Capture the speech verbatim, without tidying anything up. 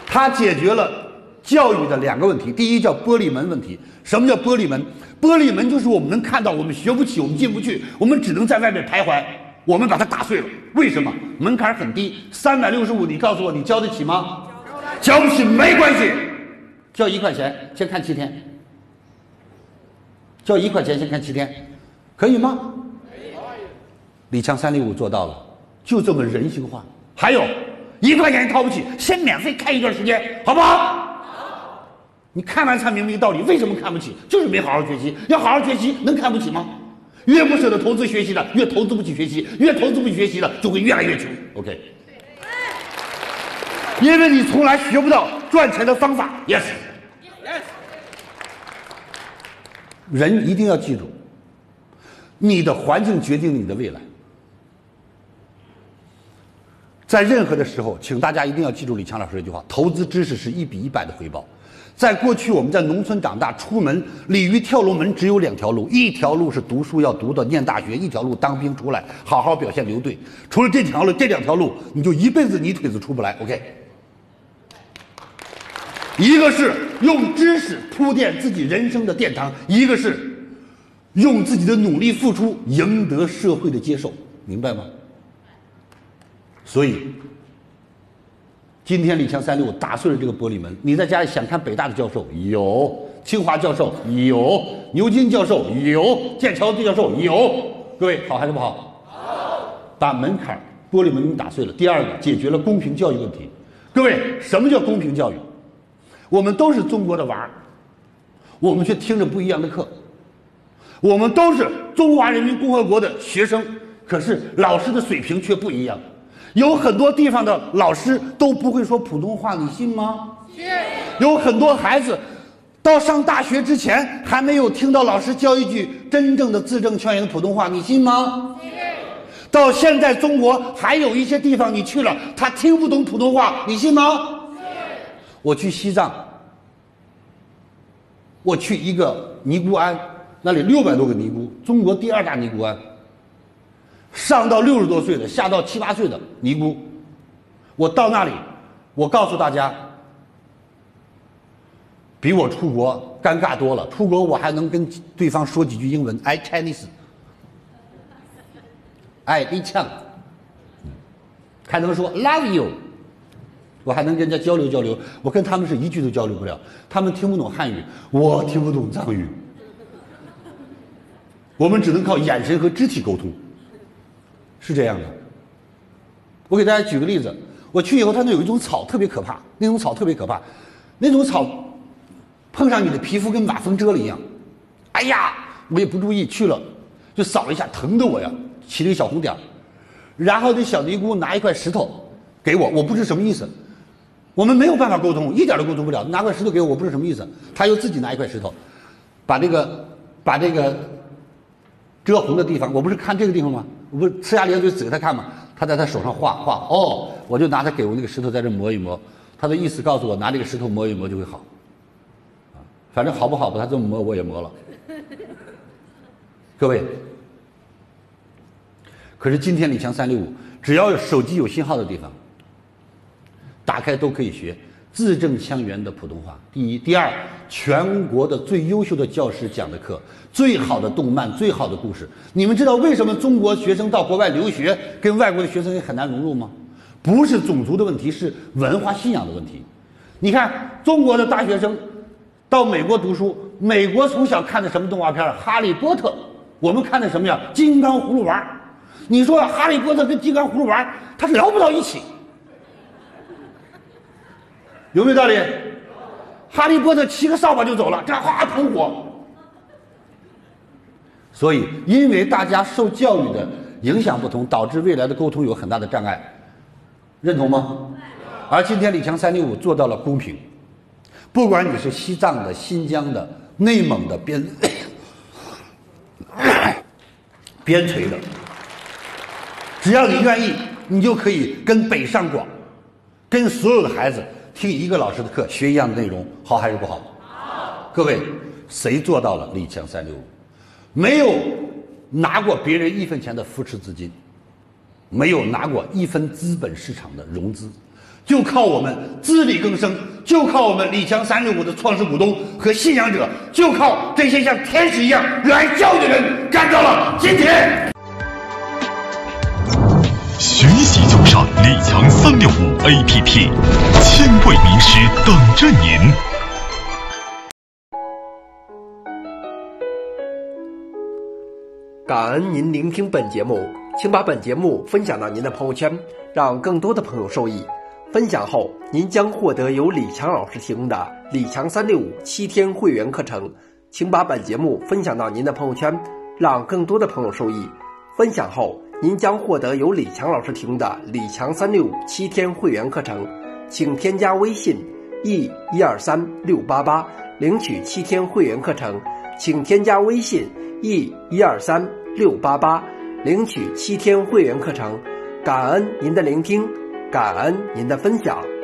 它解决了教育的两个问题，第一叫玻璃门问题。什么叫玻璃门？玻璃门就是我们能看到，我们学不起，我们进不去，我们只能在外面徘徊，我们把它打碎了。为什么？门槛很低，三百六十五，你告诉我，你交得起吗？交不起没关系，交一块钱先看七天，交一块钱先看七天，可以吗？李强三六五做到了，就这么人性化。还有一块钱掏不起，先免费看一段时间，好不好？你看完才明白道理，为什么看不起？就是没好好学习。要好好学习，能看不起吗？越不舍得投资学习的，越投资不起学习；越投资不起学习的，就会越来越穷。OK， 因为你从来学不到赚钱的方法。Yes， 人一定要记住，你的环境决定你的未来。在任何的时候，请大家一定要记住李强老师这句话：投资知识是一比一百的回报。在过去，我们在农村长大，出门鲤鱼跳龙门只有两条路，一条路是读书要读到念大学，一条路当兵出来好好表现留队。除了这条路，这两条路你就一辈子泥腿子出不来。OK， 一个是用知识铺垫自己人生的殿堂，一个是用自己的努力付出赢得社会的接受，明白吗？所以今天李强三六五打碎了这个玻璃门。你在家里想看北大的教授有，清华教授有，牛津教授有，剑桥的教授有。各位好还是不好？好。把门槛玻璃门给打碎了。第二个，解决了公平教育问题。各位，什么叫公平教育？我们都是中国的娃儿，我们却听着不一样的课。我们都是中华人民共和国的学生，可是老师的水平却不一样。有很多地方的老师都不会说普通话，你信吗？信。有很多孩子到上大学之前还没有听到老师教一句真正的字正腔圆的普通话，你信吗？信。到现在中国还有一些地方你去了，他听不懂普通话，你信吗？信。我去西藏，我去一个尼姑庵，那里六百多个尼姑，中国第二大尼姑庵。上到六十多岁的，下到七八岁的尼姑，我到那里，我告诉大家，比我出国尴尬多了。出国我还能跟对方说几句英文 ，I Chinese， 哎，李强，还能说 love you， 我还能跟人家交流交流。我跟他们是一句都交流不了，他们听不懂汉语，我听不懂藏语，我们只能靠眼神和肢体沟通。是这样的，我给大家举个例子，我去以后，他那有一种草特别可怕，那种草特别可怕，那种草碰上你的皮肤跟马蜂蛰了一样，哎呀，我也不注意去了，就扫了一下，疼得我呀，起了一个小红点。然后那小尼姑拿一块石头给我，我不知什么意思，我们没有办法沟通，一点都沟通不了。拿块石头给我，我不知什么意思，他又自己拿一块石头，把这个把这个遮红的地方，我不是看这个地方吗？我不是呲牙咧嘴指给他看吗？他在他手上画画，哦，我就拿他给我那个石头在这磨一磨，他的意思告诉我，拿这个石头磨一磨就会好。反正好不好，把他这么磨我也磨了。各位，可是今天李强三六五，只要有手机有信号的地方，打开都可以学字正腔圆的普通话。第一，第二，全国的最优秀的教师讲的课，最好的动漫，最好的故事。你们知道为什么中国学生到国外留学跟外国的学生也很难融入吗？不是种族的问题，是文化信仰的问题。你看中国的大学生到美国读书，美国从小看的什么动画片？哈利波特。我们看的什么呀？金刚葫芦娃。你说哈利波特跟金刚葫芦娃，他是聊不到一起，有没有道理？哈利波特骑个扫把就走了，这哗喷火。所以，因为大家受教育的影响不同，导致未来的沟通有很大的障碍，认同吗？而今天李强三六五做到了公平，不管你是西藏的、新疆的、内蒙的、边边陲的，只要你愿意，你就可以跟北上广，跟所有的孩子听一个老师的课，学一样的内容，好还是不好？好。各位，谁做到了？李强三六五，没有拿过别人一分钱的扶持资金，没有拿过一分资本市场的融资， 就靠我们自力更生，就靠我们李强三六五的创始股东和信仰者，就靠这些像天使一样热爱教育的人干到了今天。 学习就上李强三六五 A P P， 千位名师等着您。 感恩您聆听本节目，请把本节目分享到您的朋友圈，让更多的朋友受益。分享后，您将获得由李强老师提供的李强三六五七天会员课程。请把本节目分享到您的朋友圈，让更多的朋友受益。分享后，您将获得由李强老师提供的李强三六五七天会员课程。请添加微信 e 一二三六八八领取七天会员课程。请添加微信 e 一二三六八八领取七天会员课程。感恩您的聆听，感恩您的分享。